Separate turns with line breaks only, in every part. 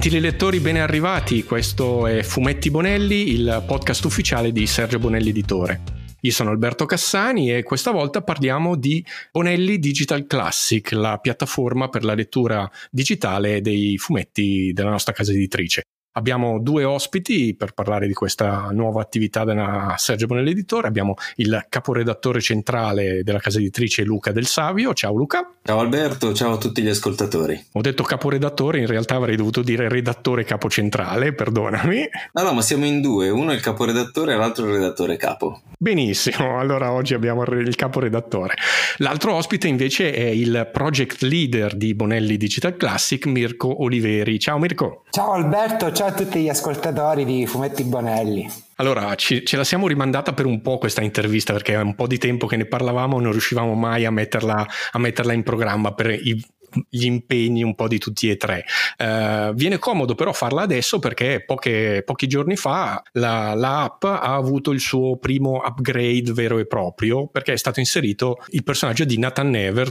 Gentili lettori, ben arrivati. Questo è Fumetti Bonelli, il podcast ufficiale di Sergio Bonelli Editore. Io sono Alberto Cassani e questa volta parliamo di Bonelli Digital Classic, la piattaforma per la lettura digitale dei fumetti della nostra casa editrice. Abbiamo due ospiti per parlare di questa nuova attività della Sergio Bonelli Editore. Abbiamo il caporedattore centrale della casa editrice Luca Del Savio. Ciao Luca.
Ciao Alberto, ciao a tutti gli ascoltatori.
Ho detto caporedattore, in realtà avrei dovuto dire redattore capocentrale, perdonami.
No, ma siamo in due, uno è il caporedattore e l'altro è il redattore capo.
Benissimo, allora oggi abbiamo il caporedattore. L'altro ospite invece è il project leader di Bonelli Digital Classic, Mirko Oliveri. Ciao Mirko.
Ciao Alberto, ciao a tutti gli ascoltatori di Fumetti Bonelli.
Allora, ce la siamo rimandata per un po' questa intervista, perché è un po' di tempo che ne parlavamo, non riuscivamo mai a metterla in programma per gli impegni un po' di tutti e tre. Viene comodo però farla adesso perché pochi giorni fa l'app ha avuto il suo primo upgrade vero e proprio, perché è stato inserito il personaggio di Nathan Never,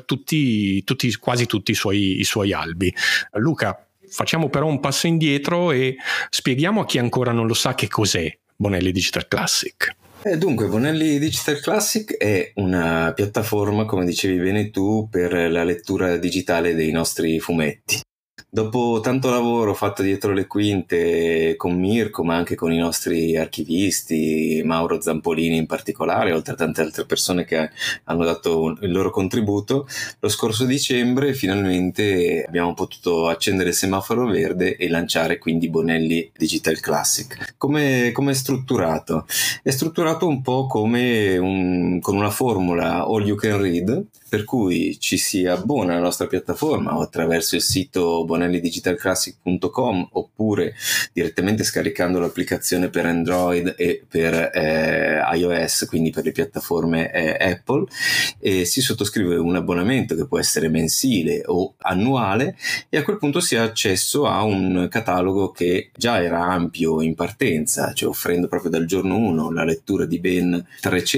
quasi tutti i suoi albi. Luca, facciamo però un passo indietro e spieghiamo a chi ancora non lo sa che cos'è Bonelli Digital Classic.
Dunque, Bonelli Digital Classic è una piattaforma, come dicevi bene tu, per la lettura digitale dei nostri fumetti. Dopo tanto lavoro fatto dietro le quinte con Mirko, ma anche con i nostri archivisti, Mauro Zampolini in particolare, oltre a tante altre persone che hanno dato il loro contributo, lo scorso dicembre finalmente abbiamo potuto accendere il semaforo verde e lanciare quindi Bonelli Digital Classic. Come è strutturato? È strutturato un po' come con una formula all you can read, per cui ci si abbona alla nostra piattaforma o attraverso il sito bonellidigitalclassic.com oppure direttamente scaricando l'applicazione per Android e per iOS, quindi per le piattaforme Apple, e si sottoscrive un abbonamento che può essere mensile o annuale e a quel punto si ha accesso a un catalogo che già era ampio in partenza, cioè offrendo proprio dal giorno 1 la lettura di ben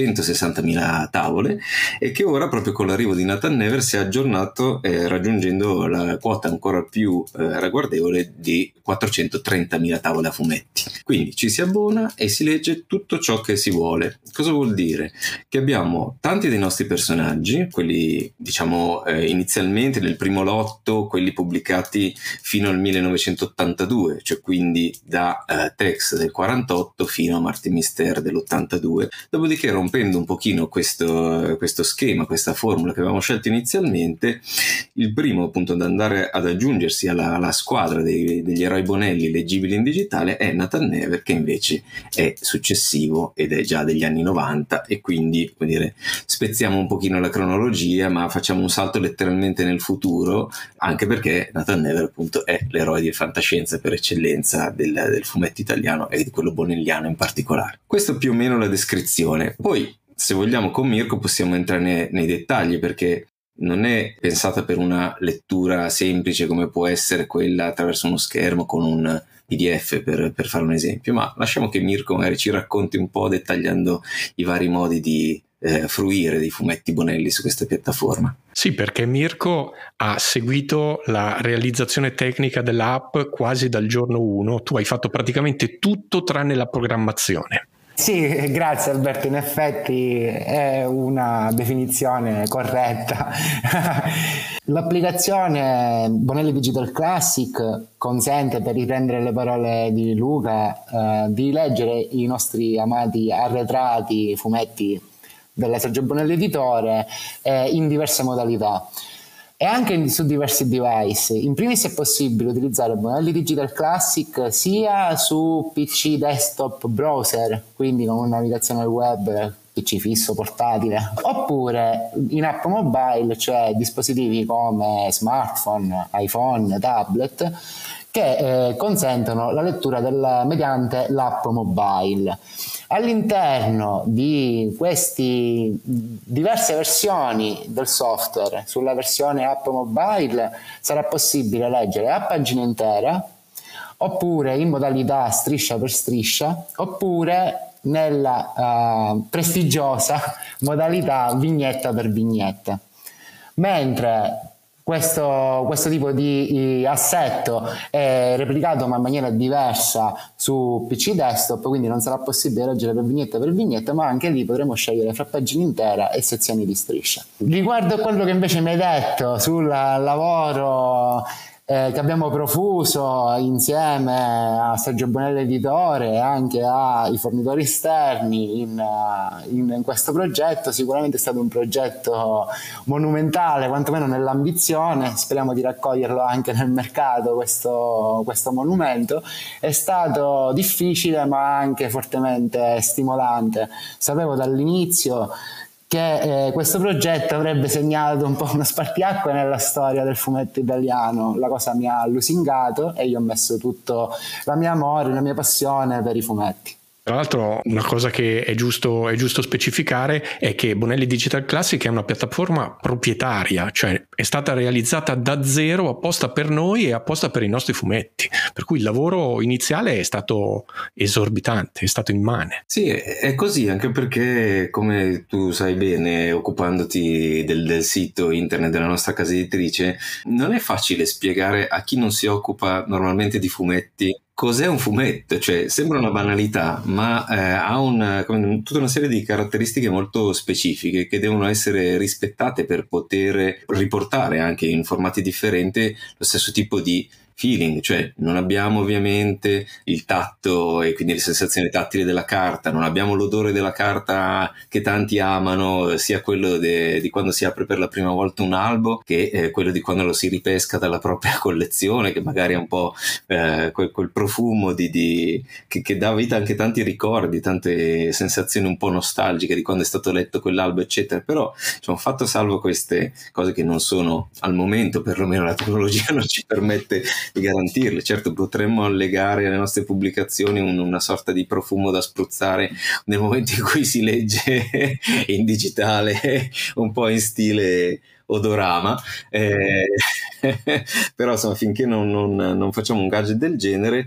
360.000 tavole e che ora proprio con l'arrivo di Nathan Never si è aggiornato raggiungendo la quota ancora più ragguardevole di 430.000 tavole a fumetti. Quindi ci si abbona e si legge tutto ciò che si vuole. Cosa vuol dire? Che abbiamo tanti dei nostri personaggi, quelli diciamo inizialmente nel primo lotto, quelli pubblicati fino al 1982, cioè quindi da Tex del 48 fino a Martin Mister dell'82. Dopodiché, rompendo un pochino questo schema, questa formula che avevamo scelto inizialmente, il primo appunto ad andare ad aggiungersi alla squadra degli eroi Bonelli leggibili in digitale è Nathan Never, che invece è successivo ed è già degli anni 90 e quindi, come dire, spezziamo un pochino la cronologia ma facciamo un salto letteralmente nel futuro, anche perché Nathan Never appunto è l'eroe di fantascienza per eccellenza del fumetto italiano e di quello bonelliano in particolare. Questo è più o meno la descrizione. Poi, se vogliamo, con Mirko possiamo entrare nei dettagli, perché non è pensata per una lettura semplice come può essere quella attraverso uno schermo con un PDF per fare un esempio, ma lasciamo che Mirko magari ci racconti un po' dettagliando i vari modi di fruire dei fumetti Bonelli su questa piattaforma.
Sì, perché Mirko ha seguito la realizzazione tecnica dell'app quasi dal giorno 1, tu hai fatto praticamente tutto tranne la programmazione.
Sì, grazie Alberto, in effetti è una definizione corretta. L'applicazione Bonelli Digital Classic consente, per riprendere le parole di Luca, di leggere i nostri amati arretrati fumetti della Sergio Bonelli Editore in diverse modalità. E anche su diversi device. In primis è possibile utilizzare Bonelli Digital Classic sia su PC desktop browser, quindi con una navigazione al web, PC fisso, portatile, oppure in app mobile, cioè dispositivi come smartphone, iPhone, tablet, che consentono la lettura mediante l'app mobile. All'interno di queste diverse versioni del software, sulla versione app mobile sarà possibile leggere a pagina intera, oppure in modalità striscia per striscia, oppure nella prestigiosa modalità vignetta per vignetta. Mentre questo tipo di assetto è replicato ma in maniera diversa su PC desktop, quindi non sarà possibile leggere per vignetta, ma anche lì potremo scegliere fra pagina intera e sezioni di striscia. Riguardo a quello che invece mi hai detto sul lavoro che abbiamo profuso insieme a Sergio Bonelli editore e anche ai fornitori esterni in questo progetto, sicuramente è stato un progetto monumentale, quantomeno nell'ambizione. Speriamo di raccoglierlo anche nel mercato questo monumento. È stato difficile ma anche fortemente stimolante. Sapevo dall'inizio che questo progetto avrebbe segnato un po' uno spartiacque nella storia del fumetto italiano. La cosa mi ha lusingato e io ho messo tutto il mio amore, la mia passione per i fumetti.
Tra l'altro, una cosa che è giusto specificare è che Bonelli Digital Classic è una piattaforma proprietaria, cioè è stata realizzata da zero apposta per noi e apposta per i nostri fumetti, per cui il lavoro iniziale è stato esorbitante, è stato immane.
Sì, è così, anche perché, come tu sai bene, occupandoti del sito internet della nostra casa editrice, non è facile spiegare a chi non si occupa normalmente di fumetti cos'è un fumetto. Cioè, sembra una banalità, ma ha tutta una serie di caratteristiche molto specifiche che devono essere rispettate per poter riportare anche in formati differenti lo stesso tipo di feeling. Cioè, non abbiamo ovviamente il tatto e quindi le sensazioni tattili della carta, non abbiamo l'odore della carta che tanti amano, sia quello di quando si apre per la prima volta un albo che quello di quando lo si ripesca dalla propria collezione, che magari è un po' quel profumo che dà vita anche a tanti ricordi, tante sensazioni un po' nostalgiche di quando è stato letto quell'albo, eccetera. Però, diciamo, fatto salvo queste cose che non sono, al momento perlomeno la tecnologia non ci permette di garantirle. Certo, potremmo allegare alle nostre pubblicazioni una sorta di profumo da spruzzare nel momento in cui si legge in digitale, un po' in stile odorama, però insomma, finché non facciamo un gadget del genere,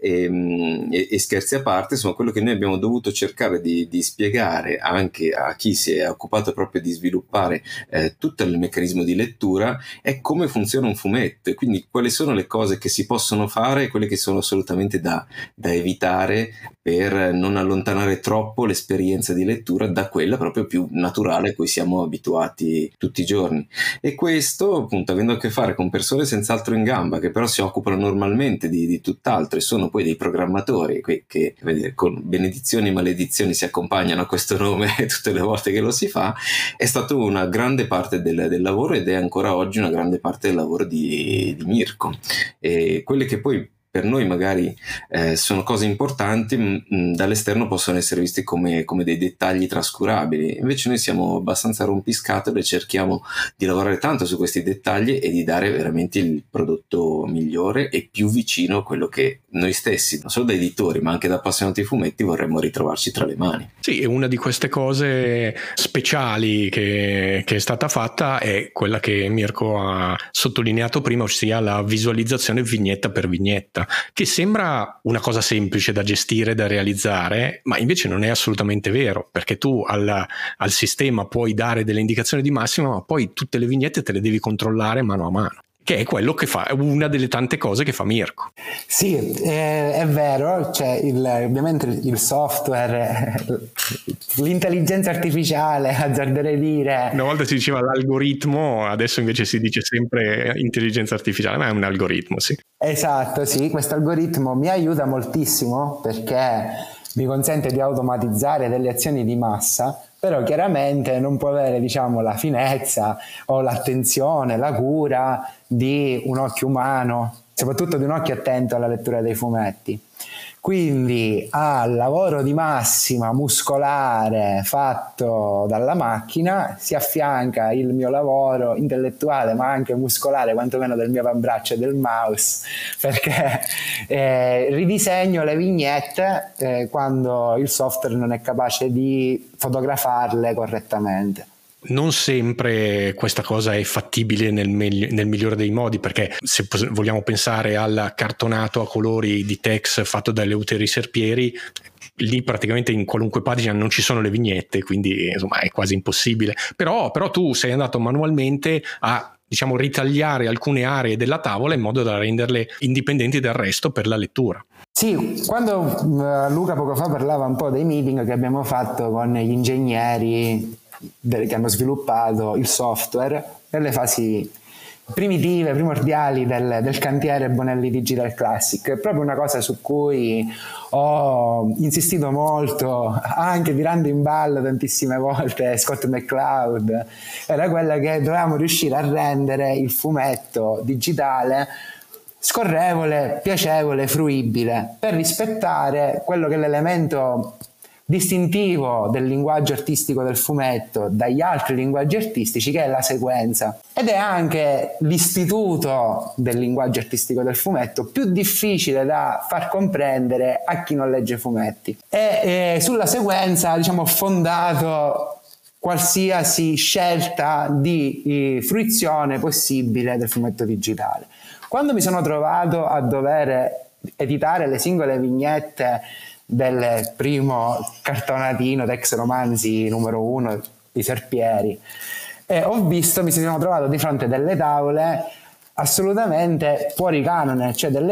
e scherzi a parte, insomma, quello che noi abbiamo dovuto cercare di spiegare anche a chi si è occupato proprio di sviluppare tutto il meccanismo di lettura è come funziona un fumetto, e quindi quali sono le cose che si possono fare e quelle che sono assolutamente da evitare, per non allontanare troppo l'esperienza di lettura da quella proprio più naturale a cui siamo abituati tutti i giorni. E questo, appunto, avendo a che fare con persone senz'altro in gamba, che però si occupano normalmente di tutt'altro e sono poi dei programmatori che con benedizioni e maledizioni si accompagnano a questo nome tutte le volte che lo si fa, è stato una grande parte del lavoro, ed è ancora oggi una grande parte del lavoro di Mirko. E quelle che poi per noi magari sono cose importanti, dall'esterno possono essere viste come dei dettagli trascurabili. Invece noi siamo abbastanza rompiscatole e cerchiamo di lavorare tanto su questi dettagli e di dare veramente il prodotto migliore e più vicino a quello che noi stessi, non solo da editori ma anche da appassionati di fumetti, vorremmo ritrovarci tra le mani.
Sì, e una di queste cose speciali che è stata fatta è quella che Mirko ha sottolineato prima, ossia la visualizzazione vignetta per vignetta, che sembra una cosa semplice da gestire, da realizzare, ma invece non è assolutamente vero, perché tu al sistema puoi dare delle indicazioni di massima, ma poi tutte le vignette te le devi controllare mano a mano, che è quello che fa, una delle tante cose che fa Mirko.
Sì, è vero, cioè ovviamente il software, l'intelligenza artificiale, azzarderei dire.
Una volta si diceva l'algoritmo, adesso invece si dice sempre intelligenza artificiale, ma è un algoritmo, sì.
Esatto, sì, questo algoritmo mi aiuta moltissimo perché mi consente di automatizzare delle azioni di massa, però chiaramente non può avere, diciamo, la finezza o l'attenzione, la cura di un occhio umano, soprattutto di un occhio attento alla lettura dei fumetti. Quindi al lavoro di massima muscolare fatto dalla macchina si affianca il mio lavoro intellettuale ma anche muscolare, quantomeno del mio avambraccio e del mouse, perché ridisegno le vignette quando il software non è capace di fotografarle correttamente.
Non sempre questa cosa è fattibile nel migliore dei modi, perché se vogliamo pensare al cartonato a colori di Tex fatto da Eleuterio Serpieri, lì praticamente in qualunque pagina non ci sono le vignette, quindi insomma è quasi impossibile. Però tu sei andato manualmente a diciamo, ritagliare alcune aree della tavola in modo da renderle indipendenti dal resto per la lettura.
Sì, quando Luca poco fa parlava un po' dei meeting che abbiamo fatto con gli ingegneri che hanno sviluppato il software nelle fasi primitive, primordiali del cantiere Bonelli Digital Classic, è proprio una cosa su cui ho insistito molto, anche tirando in ballo tantissime volte Scott McCloud, era quella che dovevamo riuscire a rendere il fumetto digitale scorrevole, piacevole, fruibile, per rispettare quello che è l'elemento distintivo del linguaggio artistico del fumetto dagli altri linguaggi artistici, che è la sequenza, ed è anche l'istituto del linguaggio artistico del fumetto più difficile da far comprendere a chi non legge fumetti, e sulla sequenza, diciamo, fondato qualsiasi scelta di fruizione possibile del fumetto digitale. Quando mi sono trovato a dover editare le singole vignette del primo cartonatino Tex Romanzi numero 1 di Serpieri, mi sono trovato di fronte a delle tavole assolutamente fuori canone, cioè delle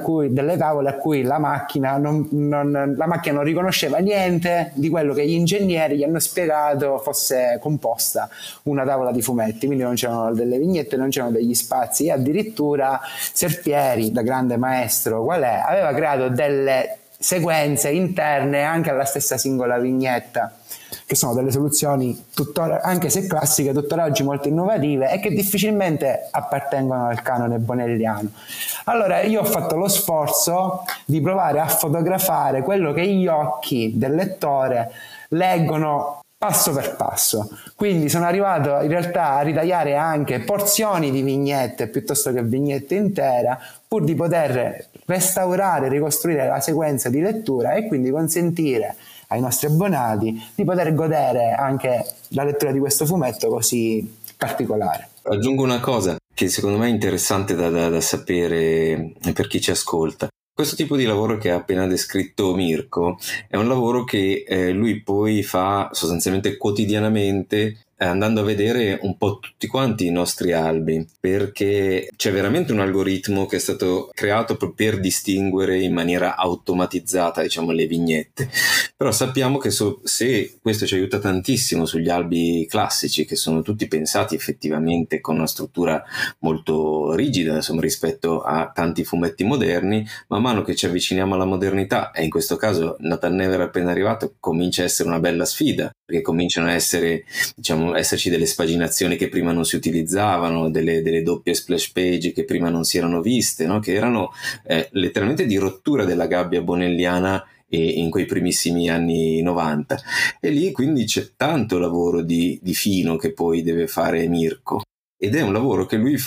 tavole a cui la macchina non riconosceva niente di quello che gli ingegneri gli hanno spiegato fosse composta una tavola di fumetti, quindi non c'erano delle vignette, non c'erano degli spazi, e addirittura Serpieri, da grande maestro qual è, aveva creato delle sequenze interne anche alla stessa singola vignetta, che sono delle soluzioni tuttora, anche se classiche, tuttora oggi molto innovative e che difficilmente appartengono al canone bonelliano. Allora io ho fatto lo sforzo di provare a fotografare quello che gli occhi del lettore leggono passo per passo, quindi sono arrivato in realtà a ritagliare anche porzioni di vignette piuttosto che vignette intera, pur di poter restaurare, ricostruire la sequenza di lettura e quindi consentire ai nostri abbonati di poter godere anche la lettura di questo fumetto così particolare.
Aggiungo una cosa che secondo me è interessante da sapere per chi ci ascolta. Questo tipo di lavoro che ha appena descritto Mirko è un lavoro che lui poi fa sostanzialmente quotidianamente, andando a vedere un po' tutti quanti i nostri albi, perché c'è veramente un algoritmo che è stato creato per distinguere in maniera automatizzata, diciamo, le vignette. Però sappiamo che se questo ci aiuta tantissimo sugli albi classici, che sono tutti pensati effettivamente con una struttura molto rigida, insomma, rispetto a tanti fumetti moderni, man mano che ci avviciniamo alla modernità, e in questo caso Nathan Never appena arrivato, comincia a essere una bella sfida, perché cominciano a essere, diciamo, esserci delle spaginazioni che prima non si utilizzavano, delle doppie splash page che prima non si erano viste, no? Che erano letteralmente di rottura della gabbia bonelliana in quei primissimi anni 90, e lì quindi c'è tanto lavoro di fino che poi deve fare Mirko. Ed è un lavoro che lui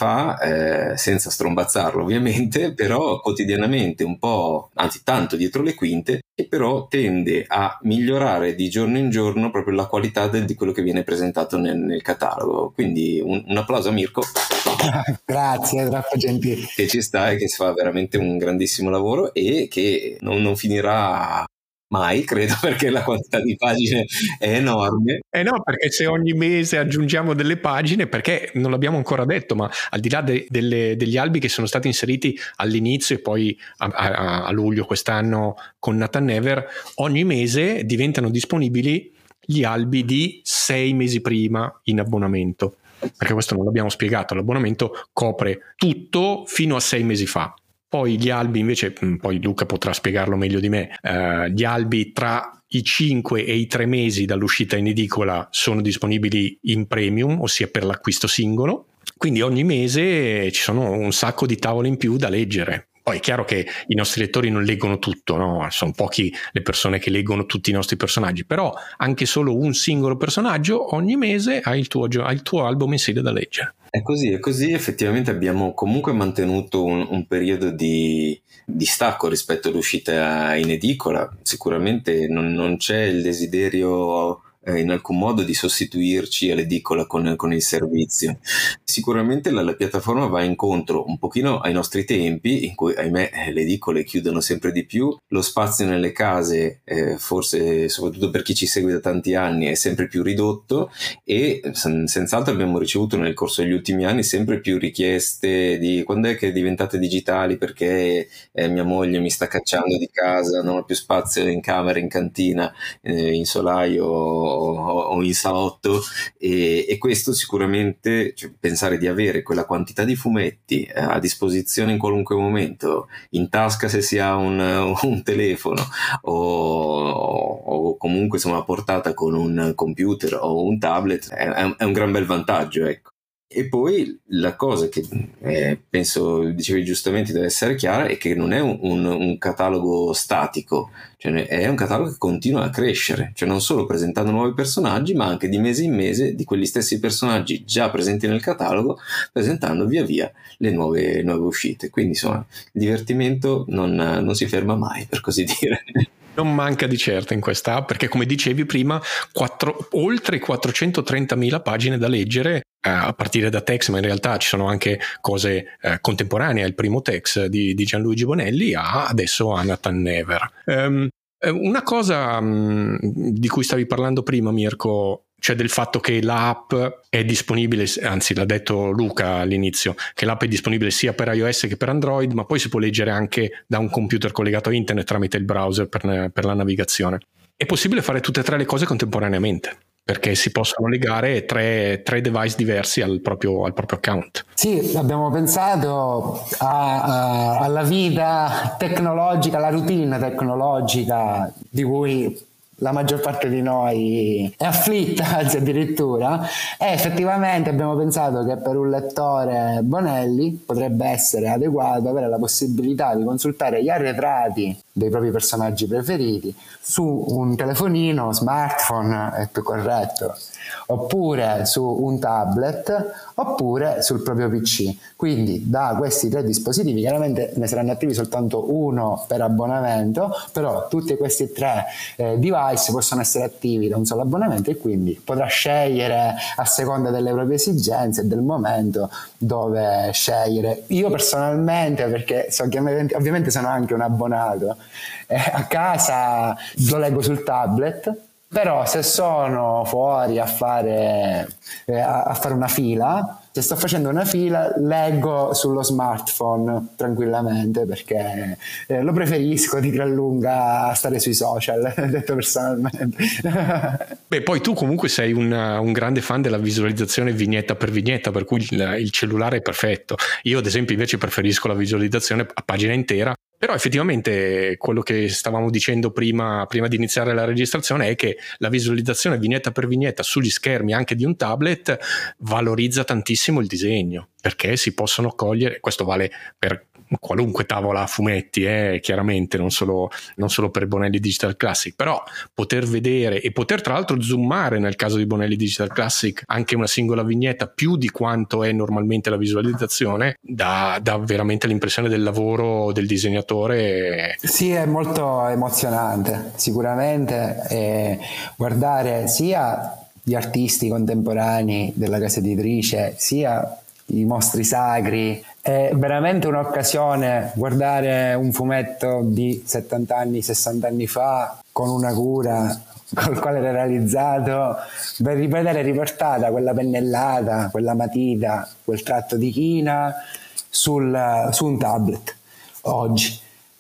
fa senza strombazzarlo ovviamente, però quotidianamente, un po', anzi tanto dietro le quinte, e però tende a migliorare di giorno in giorno proprio la qualità di quello che viene presentato nel catalogo. Quindi un applauso a Mirko.
Grazie, troppo gentile.
Che ci sta e che si fa veramente un grandissimo lavoro e che non finirà mai, credo, perché la quantità di pagine è enorme.
No, perché se ogni mese aggiungiamo delle pagine, perché non l'abbiamo ancora detto, ma al di là degli albi che sono stati inseriti all'inizio e poi a luglio quest'anno con Nathan Never, ogni mese diventano disponibili gli albi di 6 mesi prima in abbonamento, perché questo non l'abbiamo spiegato, l'abbonamento copre tutto fino a 6 mesi fa. Poi gli albi invece, poi Luca potrà spiegarlo meglio di me, gli albi tra i 5 e i 3 mesi dall'uscita in edicola sono disponibili in premium, ossia per l'acquisto singolo, quindi ogni mese ci sono un sacco di tavole in più da leggere. Poi è chiaro che i nostri lettori non leggono tutto, no? Sono pochi le persone che leggono tutti i nostri personaggi, però anche solo un singolo personaggio ogni mese ha il tuo albo mensile da leggere.
È così, effettivamente abbiamo comunque mantenuto un periodo di stacco rispetto all'uscita in edicola. Sicuramente non c'è il desiderio in alcun modo di sostituirci all'edicola con il servizio. Sicuramente la piattaforma va incontro un pochino ai nostri tempi, in cui ahimè le edicole chiudono sempre di più, lo spazio nelle case, forse soprattutto per chi ci segue da tanti anni, è sempre più ridotto, e senz'altro abbiamo ricevuto nel corso degli ultimi anni sempre più richieste di quando è che diventate digitali, perché mia moglie mi sta cacciando di casa, non ho più spazio in camera, in cantina, in solaio o in salotto, e questo sicuramente, cioè, pensare di avere quella quantità di fumetti a disposizione in qualunque momento, in tasca se si ha un telefono o comunque insomma a portata con un computer o un tablet, è un gran bel vantaggio, ecco. E poi la cosa che penso, dicevi giustamente, deve essere chiara, è che non è un catalogo statico, cioè è un catalogo che continua a crescere, cioè non solo presentando nuovi personaggi, ma anche di mese in mese di quegli stessi personaggi già presenti nel catalogo, presentando via via le nuove uscite. Quindi insomma il divertimento non si ferma mai, per così dire.
Non manca di certo in questa app, perché come dicevi prima, oltre 430.000 pagine da leggere, a partire da Tex, ma in realtà ci sono anche cose contemporanee, il primo Tex di Gianluigi Bonelli a adesso a Nathan Never. Una cosa di cui stavi parlando prima, Mirko, cioè del fatto che l'app è disponibile, anzi l'ha detto Luca all'inizio, che l'app è disponibile sia per iOS che per Android, ma poi si può leggere anche da un computer collegato a internet tramite il browser per la navigazione. È possibile fare tutte e tre le cose contemporaneamente, perché si possono legare tre device diversi al proprio account.
Sì, abbiamo pensato alla vita tecnologica, alla routine tecnologica di cui la maggior parte di noi è afflitta, anzi addirittura, e effettivamente abbiamo pensato che per un lettore Bonelli potrebbe essere adeguato avere la possibilità di consultare gli arretrati dei propri personaggi preferiti su un telefonino, smartphone è più corretto, oppure su un tablet, oppure sul proprio PC. Quindi da questi tre dispositivi, chiaramente ne saranno attivi soltanto uno per abbonamento, però tutti questi tre device possono essere attivi da un solo abbonamento, e quindi potrà scegliere a seconda delle proprie esigenze e del momento dove scegliere. Io personalmente, perché ovviamente sono anche un abbonato, a casa lo leggo sul tablet, però se sono fuori a fare una fila, se sto facendo una fila, leggo sullo smartphone tranquillamente, perché lo preferisco di gran lunga a stare sui social, detto personalmente.
Beh, poi tu comunque sei un grande fan della visualizzazione vignetta per vignetta, per cui il cellulare è perfetto. Io ad esempio invece preferisco la visualizzazione a pagina intera. Però effettivamente quello che stavamo dicendo prima di iniziare la registrazione è che la visualizzazione vignetta per vignetta sugli schermi anche di un tablet valorizza tantissimo il disegno, perché si possono cogliere, questo vale per qualunque tavola a fumetti, chiaramente non solo per Bonelli Digital Classic, però poter vedere e poter tra l'altro zoomare nel caso di Bonelli Digital Classic anche una singola vignetta più di quanto è normalmente la visualizzazione dà veramente l'impressione del lavoro del disegnatore.
Sì, è molto emozionante sicuramente guardare sia gli artisti contemporanei della casa editrice sia i mostri sacri. È veramente un'occasione guardare un fumetto di 70 anni, 60 anni fa con una cura col quale era realizzato, per rivedere riportata quella pennellata, quella matita, quel tratto di china su un tablet oggi.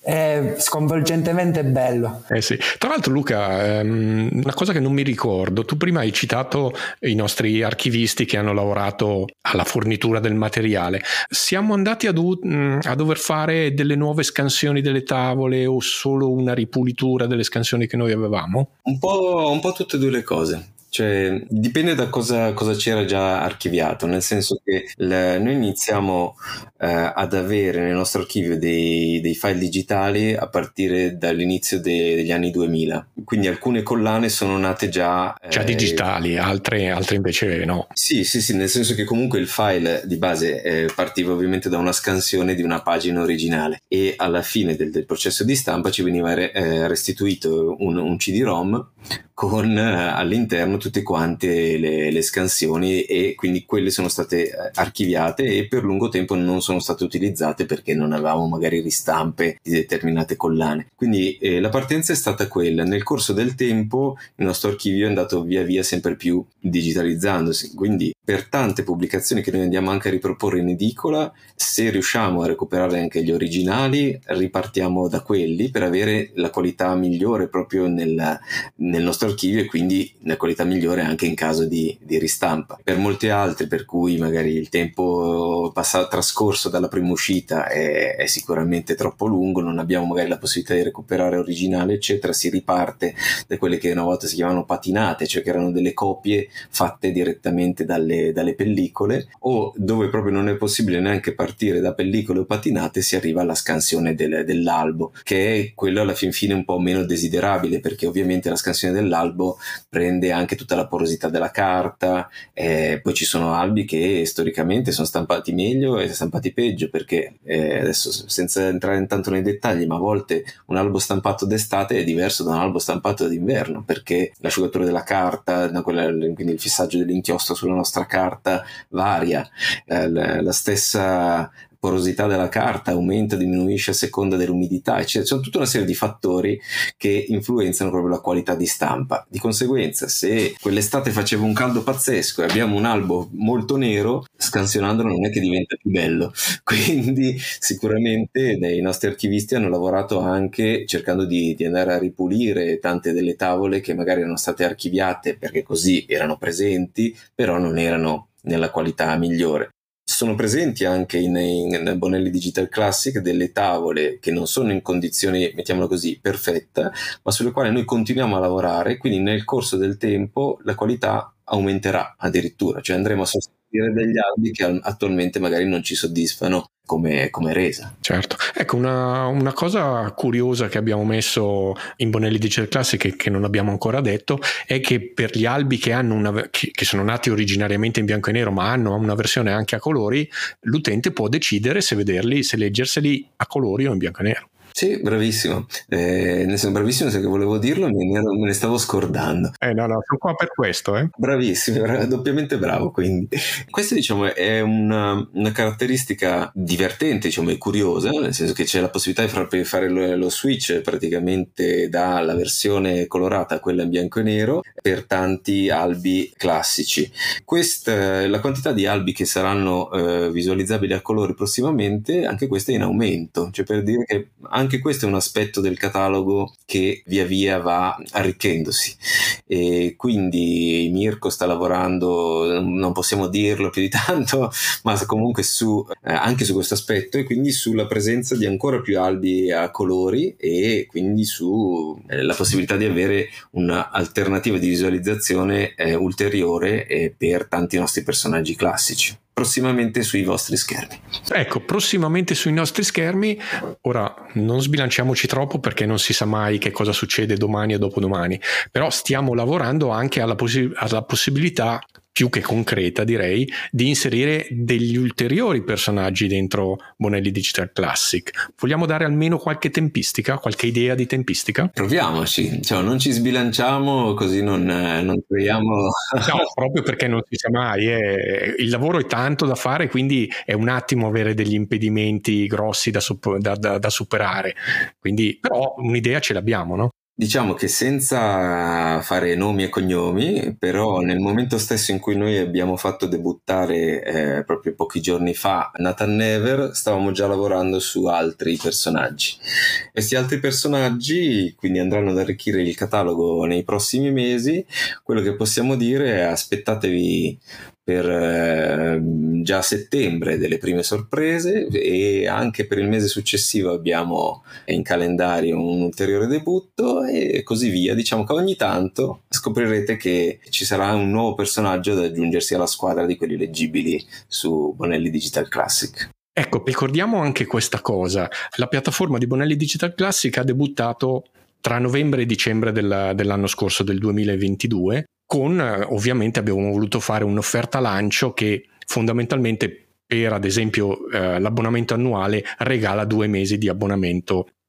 È sconvolgentemente bello.
Sì. Tra l'altro Luca, una cosa che non mi ricordo, tu prima hai citato i nostri archivisti che hanno lavorato alla fornitura del materiale. Siamo andati a dover fare delle nuove scansioni delle tavole o solo una ripulitura delle scansioni che noi avevamo?
Un po' tutte e due le cose. Cioè, dipende da cosa c'era già archiviato, nel senso che noi iniziamo ad avere nel nostro archivio dei file digitali a partire dall'inizio degli anni 2000, quindi alcune collane sono nate già
digitali, altre invece no.
Sì, nel senso che comunque il file di base partiva ovviamente da una scansione di una pagina originale, e alla fine del processo di stampa ci veniva restituito un CD-ROM con all'interno tutte quante le scansioni, e quindi quelle sono state archiviate e per lungo tempo non sono state utilizzate perché non avevamo magari ristampe di determinate collane. Quindi la partenza è stata quella. Nel corso del tempo il nostro archivio è andato via via sempre più digitalizzandosi, quindi per tante pubblicazioni che noi andiamo anche a riproporre in edicola, se riusciamo a recuperare anche gli originali, ripartiamo da quelli per avere la qualità migliore proprio nel nostro archivio, e quindi la qualità migliore anche in caso di ristampa. Per molti altri, per cui magari il tempo trascorso dalla prima uscita è sicuramente troppo lungo, non abbiamo magari la possibilità di recuperare originale eccetera, si riparte da quelle che una volta si chiamavano patinate, cioè che erano delle copie fatte direttamente dalle pellicole, o dove proprio non è possibile neanche partire da pellicole o patinate, si arriva alla scansione dell'albo, che è quello alla fin fine un po' meno desiderabile, perché ovviamente la scansione dell'albo prende anche tutta la porosità della carta. Poi ci sono albi che storicamente sono stampati meglio e stampati peggio, perché adesso senza entrare tanto nei dettagli, ma a volte un albo stampato d'estate è diverso da un albo stampato d'inverno, perché l'asciugatura della carta, quindi il fissaggio dell'inchiostro sulla nostra carta varia, la stessa porosità della carta aumenta o diminuisce a seconda dell'umidità, eccetera. C'è tutta una serie di fattori che influenzano proprio la qualità di stampa. Di conseguenza, se quell'estate faceva un caldo pazzesco e abbiamo un albo molto nero, scansionandolo non è che diventa più bello. Quindi sicuramente i nostri archivisti hanno lavorato anche cercando di andare a ripulire tante delle tavole che magari erano state archiviate perché così erano presenti, però non erano nella qualità migliore. Sono presenti anche in Bonelli Digital Classic delle tavole che non sono in condizioni, mettiamola così, perfetta, ma sulle quali noi continuiamo a lavorare, quindi nel corso del tempo la qualità aumenterà addirittura, cioè andremo a sostituire degli albi che attualmente magari non ci soddisfano come resa.
Certo. Ecco, una cosa curiosa che abbiamo messo in Bonelli Digital Classic e che non abbiamo ancora detto è che per gli albi che hanno che sono nati originariamente in bianco e nero ma hanno una versione anche a colori, l'utente può decidere se leggerseli a colori o in bianco e nero.
Sì, bravissimo. Ne sono bravissimo, se che volevo dirlo, me ne stavo scordando.
No, sono qua per questo.
Bravissimo, doppiamente bravo. Quindi questa, diciamo, è una caratteristica divertente, diciamo, e curiosa, nel senso che c'è la possibilità di fare lo switch praticamente dalla versione colorata a quella in bianco e nero per tanti albi classici. La quantità di albi che saranno visualizzabili a colori prossimamente, anche questa è in aumento, cioè per dire che anche questo è un aspetto del catalogo che via via va arricchendosi, e quindi Mirko sta lavorando, non possiamo dirlo più di tanto, ma comunque anche su questo aspetto, e quindi sulla presenza di ancora più albi a colori, e quindi sulla possibilità di avere un'alternativa di visualizzazione ulteriore per tanti nostri personaggi classici. Prossimamente sui vostri schermi.
Ecco, prossimamente sui nostri schermi. Ora non sbilanciamoci troppo perché non si sa mai che cosa succede domani o dopodomani, però stiamo lavorando anche alla possibilità più che concreta, direi, di inserire degli ulteriori personaggi dentro Bonelli Digital Classic. Vogliamo dare almeno qualche tempistica, qualche idea di tempistica?
Proviamoci, cioè, non ci sbilanciamo così non creiamo...
No, proprio perché non si sa mai, il lavoro è tanto da fare, quindi è un attimo avere degli impedimenti grossi da superare, quindi però un'idea ce l'abbiamo, no?
Diciamo che senza fare nomi e cognomi, però nel momento stesso in cui noi abbiamo fatto debuttare proprio pochi giorni fa Nathan Never, stavamo già lavorando su altri personaggi. Questi altri personaggi quindi andranno ad arricchire il catalogo nei prossimi mesi. Quello che possiamo dire è: aspettatevi per già a settembre delle prime sorprese, e anche per il mese successivo abbiamo in calendario un ulteriore debutto, e così via. Diciamo che ogni tanto scoprirete che ci sarà un nuovo personaggio da aggiungersi alla squadra di quelli leggibili su Bonelli Digital Classic.
Ecco, ricordiamo anche questa cosa: la piattaforma di Bonelli Digital Classic ha debuttato tra novembre e dicembre dell'anno scorso, del 2022, ovviamente abbiamo voluto fare un'offerta lancio che fondamentalmente, per ad esempio l'abbonamento annuale, regala 2 mesi di abbonamento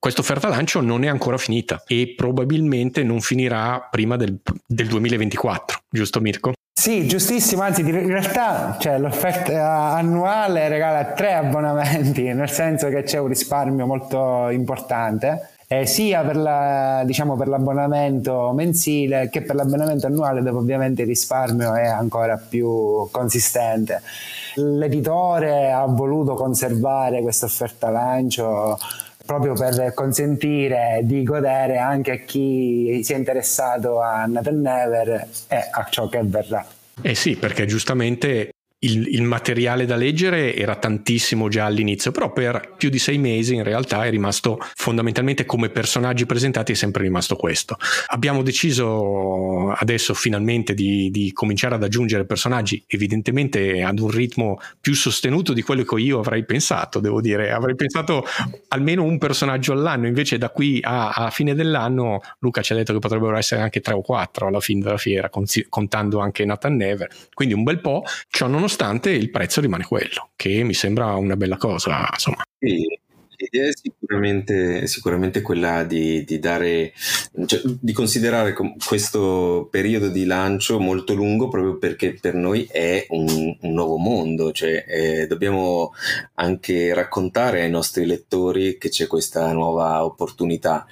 questa offerta lancio non è ancora finita e probabilmente non finirà prima del 2024, giusto Mirko?
Sì, giustissimo, anzi in realtà l'offerta annuale regala 3 abbonamenti, nel senso che c'è un risparmio molto importante, sia per per l'abbonamento mensile che per l'abbonamento annuale, dove ovviamente il risparmio è ancora più consistente. L'editore ha voluto conservare questa offerta lancio proprio per consentire di godere anche a chi si è interessato a Nathan Never e a ciò che verrà.
Eh sì, perché giustamente il materiale da leggere era tantissimo già all'inizio, però per più di 6 mesi in realtà è rimasto, fondamentalmente come personaggi presentati, è sempre rimasto questo. Abbiamo deciso adesso finalmente di cominciare ad aggiungere personaggi, evidentemente ad un ritmo più sostenuto di quello che io avrei pensato, devo dire. Avrei pensato almeno un personaggio all'anno, invece da qui a fine dell'anno Luca ci ha detto che potrebbero essere anche 3 o 4 alla fine della fiera, contando anche Nathan Never, quindi un bel po'. Ciò nonostante il prezzo rimane quello, che mi sembra una bella cosa, insomma.
Sì, l'idea è sicuramente quella di dare, cioè, di considerare questo periodo di lancio molto lungo, proprio perché per noi è un nuovo mondo, cioè dobbiamo anche raccontare ai nostri lettori che c'è questa nuova opportunità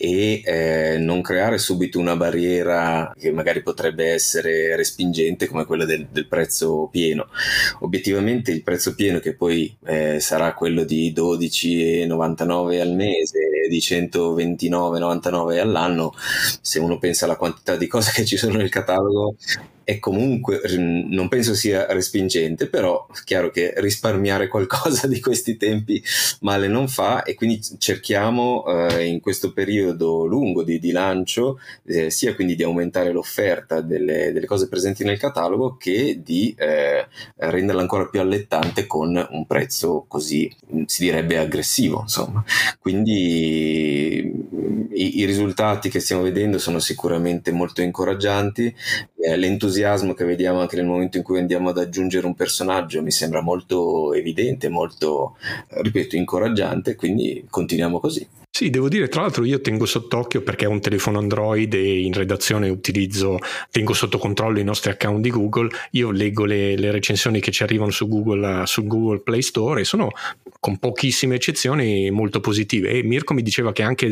e non creare subito una barriera che magari potrebbe essere respingente come quella del prezzo pieno. Obiettivamente il prezzo pieno, che poi sarà quello di 12,99 al mese, di 129,99 all'anno, se uno pensa alla quantità di cose che ci sono nel catalogo, è comunque, non penso sia respingente, però è chiaro che risparmiare qualcosa di questi tempi male non fa, e quindi cerchiamo in questo periodo lungo di lancio sia quindi di aumentare l'offerta delle cose presenti nel catalogo, che di renderla ancora più allettante con un prezzo così, si direbbe, aggressivo, insomma. Quindi i risultati che stiamo vedendo sono sicuramente molto incoraggianti. L'entusiasmo che vediamo anche nel momento in cui andiamo ad aggiungere un personaggio mi sembra molto evidente, molto, ripeto, incoraggiante, quindi continuiamo così.
Sì, devo dire, tra l'altro io tengo sott'occhio, perché ho un telefono Android e in redazione tengo sotto controllo i nostri account di Google. Io leggo le recensioni che ci arrivano su Google Play Store, e sono, con pochissime eccezioni, molto positive, e Mirko mi diceva che anche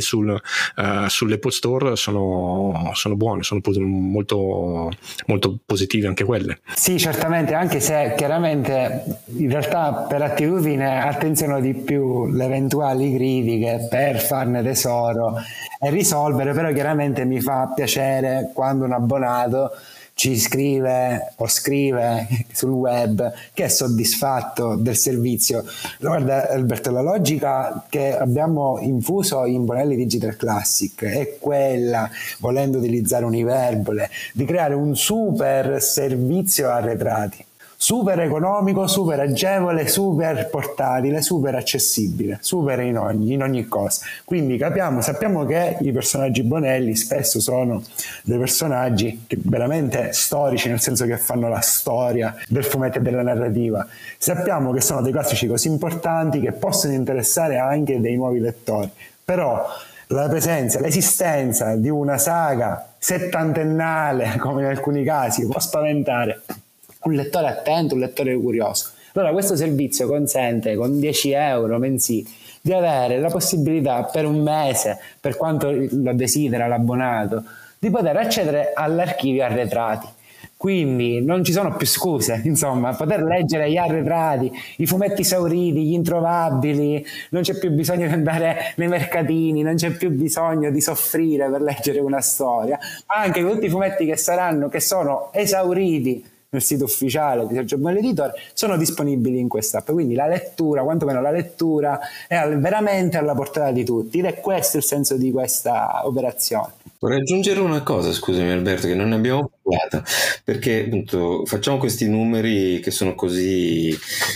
sull'Apple Store sono buone, sono molto, molto positive anche quelle.
Sì, certamente, anche se chiaramente in realtà per attitudine attenziono di più le eventuali critiche per farne tesoro e risolvere, però chiaramente mi fa piacere quando un abbonato ci scrive o scrive sul web che è soddisfatto del servizio. Guarda Alberto, la logica che abbiamo infuso in Bonelli Digital Classic è quella, volendo utilizzare un'iperbole, di creare un super servizio arretrati, super economico, super agevole, super portatile, super accessibile, super in ogni cosa. Quindi sappiamo che i personaggi Bonelli spesso sono dei personaggi veramente storici, nel senso che fanno la storia del fumetto e della narrativa. Sappiamo che sono dei classici così importanti che possono interessare anche dei nuovi lettori. Però la presenza, l'esistenza di una saga settantennale, come in alcuni casi, può spaventare un lettore attento, un lettore curioso. Allora questo servizio consente, con 10 euro mensili, di avere la possibilità per un mese, per quanto lo desidera l'abbonato, di poter accedere all'archivio arretrati. Quindi non ci sono più scuse, insomma, poter leggere gli arretrati, i fumetti esauriti, gli introvabili, non c'è più bisogno di andare nei mercatini, non c'è più bisogno di soffrire per leggere una storia. Anche tutti i fumetti che sono esauriti nel sito ufficiale di Sergio Bonelli Editor sono disponibili in questa app, quindi la lettura, quantomeno la lettura, è veramente alla portata di tutti, ed è questo il senso di questa operazione.
Vorrei aggiungere una cosa, scusami Alberto, che non ne abbiamo parlato, perché appunto facciamo questi numeri che sono così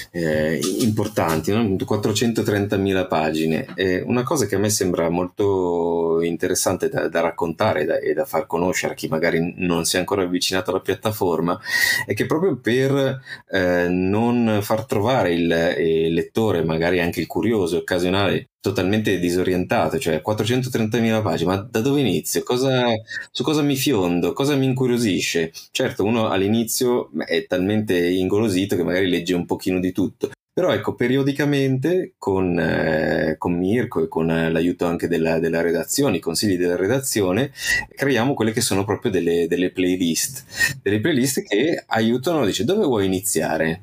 importanti, no? 430.000 pagine. Una cosa che a me sembra molto interessante da raccontare e da far conoscere a chi magari non si è ancora avvicinato alla piattaforma, è che proprio per non far trovare il lettore, magari anche il curioso occasionale, totalmente disorientato, cioè 430.000 pagine, ma da dove inizio? Su cosa mi fiondo? Cosa mi incuriosisce? Certo, uno all'inizio è talmente ingolosito che magari legge un pochino di tutto. Però ecco, periodicamente con Mirko e con l'aiuto anche della redazione, i consigli della redazione, creiamo quelle che sono proprio delle playlist. Delle playlist che aiutano, dice, dove vuoi iniziare?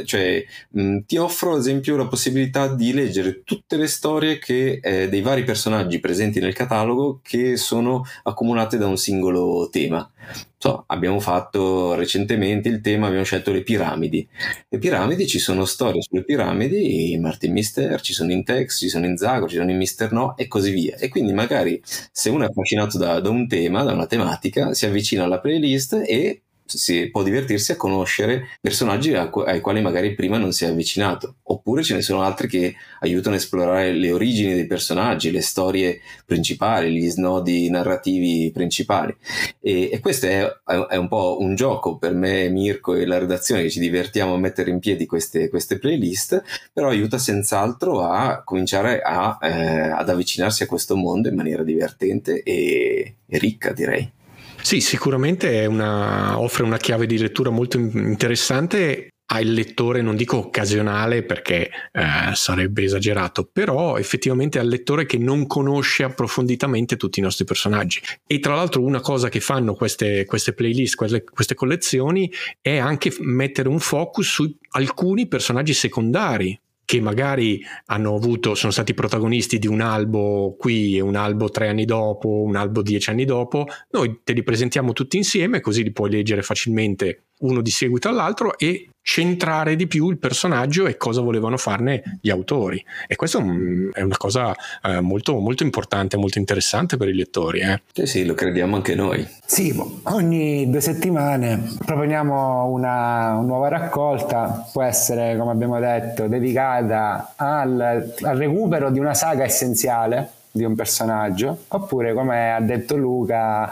Ti offro ad esempio la possibilità di leggere tutte le storie dei vari personaggi presenti nel catalogo che sono accumulate da un singolo tema. Abbiamo fatto recentemente il tema, abbiamo scelto le piramidi. Le piramidi, ci sono storie sulle piramidi in Martin Mister, ci sono in Tex, ci sono in Zagor, ci sono in Mister No e così via. E quindi magari se uno è affascinato da un tema, da una tematica, si avvicina alla playlist e si può divertirsi a conoscere personaggi ai quali magari prima non si è avvicinato, oppure ce ne sono altri che aiutano a esplorare le origini dei personaggi, le storie principali, gli snodi narrativi principali, e questo è un po' un gioco per me, Mirko e la redazione, che ci divertiamo a mettere in piedi queste playlist, però aiuta senz'altro a cominciare ad avvicinarsi a questo mondo in maniera divertente e ricca, direi.
Sì, sicuramente offre una chiave di lettura molto interessante al lettore, non dico occasionale perché sarebbe esagerato, però effettivamente al lettore che non conosce approfonditamente tutti i nostri personaggi. E tra l'altro una cosa che fanno queste playlist, queste collezioni, è anche mettere un focus su alcuni personaggi secondari che magari sono stati protagonisti di un albo qui e un albo 3 anni dopo, un albo 10 anni dopo. Noi te li presentiamo tutti insieme, così li puoi leggere facilmente uno di seguito all'altro e centrare di più il personaggio e cosa volevano farne gli autori. E questo è una cosa molto, molto importante, molto interessante per i lettori.
Sì, lo crediamo anche noi.
Sì, ogni 2 settimane proponiamo una nuova raccolta, può essere, come abbiamo detto, dedicata al recupero di una saga essenziale di un personaggio, oppure, come ha detto Luca,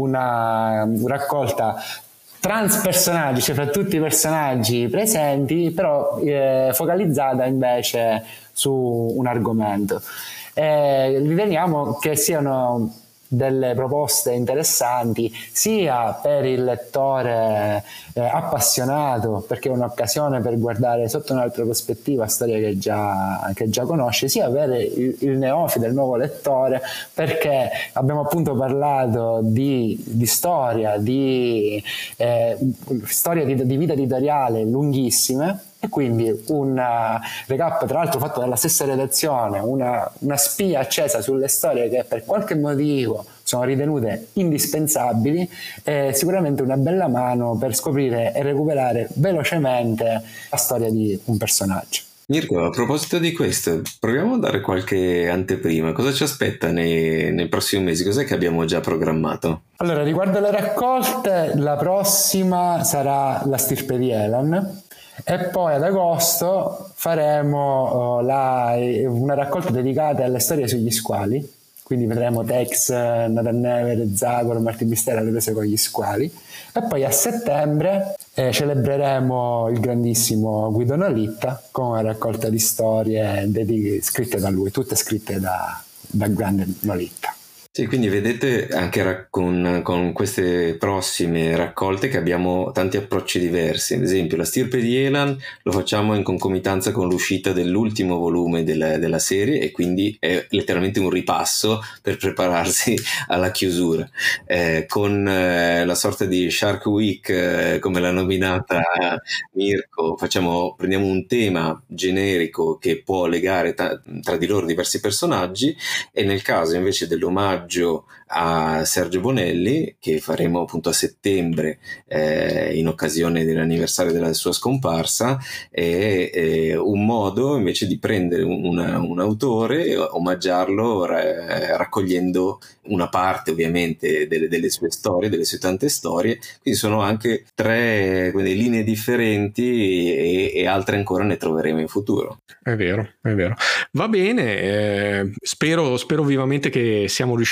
una raccolta transpersonaggi, cioè fra tutti i personaggi presenti, però focalizzata invece su un argomento. Riteniamo che siano delle proposte interessanti sia per il lettore appassionato, perché è un'occasione per guardare sotto un'altra prospettiva storie che già conosce, sia per il neofita, il nuovo lettore, perché abbiamo appunto parlato di storia, di vita editoriale lunghissime, e quindi un recap, tra l'altro fatto dalla stessa redazione, una spia accesa sulle storie che per qualche motivo sono ritenute indispensabili, è sicuramente una bella mano per scoprire e recuperare velocemente la storia di un personaggio.
Mirko, a proposito di questo, proviamo a dare qualche anteprima. Cosa ci aspetta nei prossimi mesi? Cos'è che abbiamo già programmato?
Allora, riguardo alle raccolte, la prossima sarà La stirpe di Elan, e poi ad agosto faremo una raccolta dedicata alle storie sugli squali, quindi vedremo Tex, Nathan Never, Zagor, Martin Mistera, le prese con gli squali, e poi a settembre celebreremo il grandissimo Guido Nolitta con una raccolta di storie scritte da lui, tutte scritte da grande Nolitta.
Sì, quindi vedete anche con queste prossime raccolte che abbiamo tanti approcci diversi. Ad esempio, La stirpe di Elan lo facciamo in concomitanza con l'uscita dell'ultimo volume della serie, e quindi è letteralmente un ripasso per prepararsi alla chiusura. Con la sorta di Shark Week, come l'ha nominata Mirko, prendiamo un tema generico che può legare tra di loro diversi personaggi, e nel caso invece dell'omaggio a Sergio Bonelli, che faremo appunto a settembre in occasione dell'anniversario della sua scomparsa, è un modo invece di prendere un autore e omaggiarlo raccogliendo una parte ovviamente delle sue storie, delle sue tante storie. Quindi sono anche 3 linee differenti, e altre ancora ne troveremo in futuro.
È vero. Va bene, spero vivamente che siamo riusciti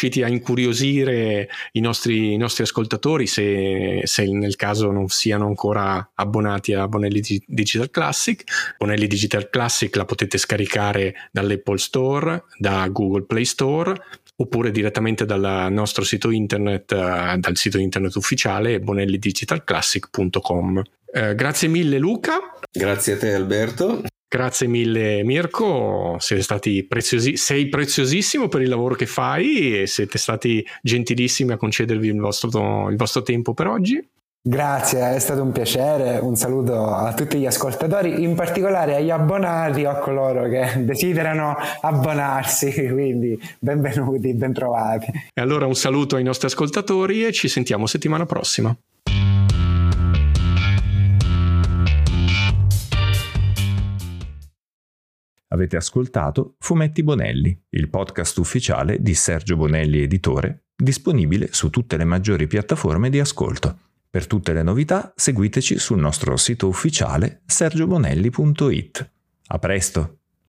riusciti a incuriosire i nostri ascoltatori, se nel caso non siano ancora abbonati a Bonelli Digital Classic. Bonelli Digital Classic la potete scaricare dall'Apple Store, da Google Play Store, oppure direttamente dal nostro sito internet, dal sito internet ufficiale bonellidigitalclassic.com. Grazie mille Luca.
Grazie a te Alberto.
Grazie mille Mirko, sei preziosissimo per il lavoro che fai e siete stati gentilissimi a concedervi il vostro tempo per oggi.
Grazie, è stato un piacere, un saluto a tutti gli ascoltatori, in particolare agli abbonati o a coloro che desiderano abbonarsi, quindi benvenuti, bentrovati.
E allora un saluto ai nostri ascoltatori e ci sentiamo settimana prossima.
Avete ascoltato Fumetti Bonelli, il podcast ufficiale di Sergio Bonelli Editore, disponibile su tutte le maggiori piattaforme di ascolto. Per tutte le novità seguiteci sul nostro sito ufficiale sergiobonelli.it. A presto!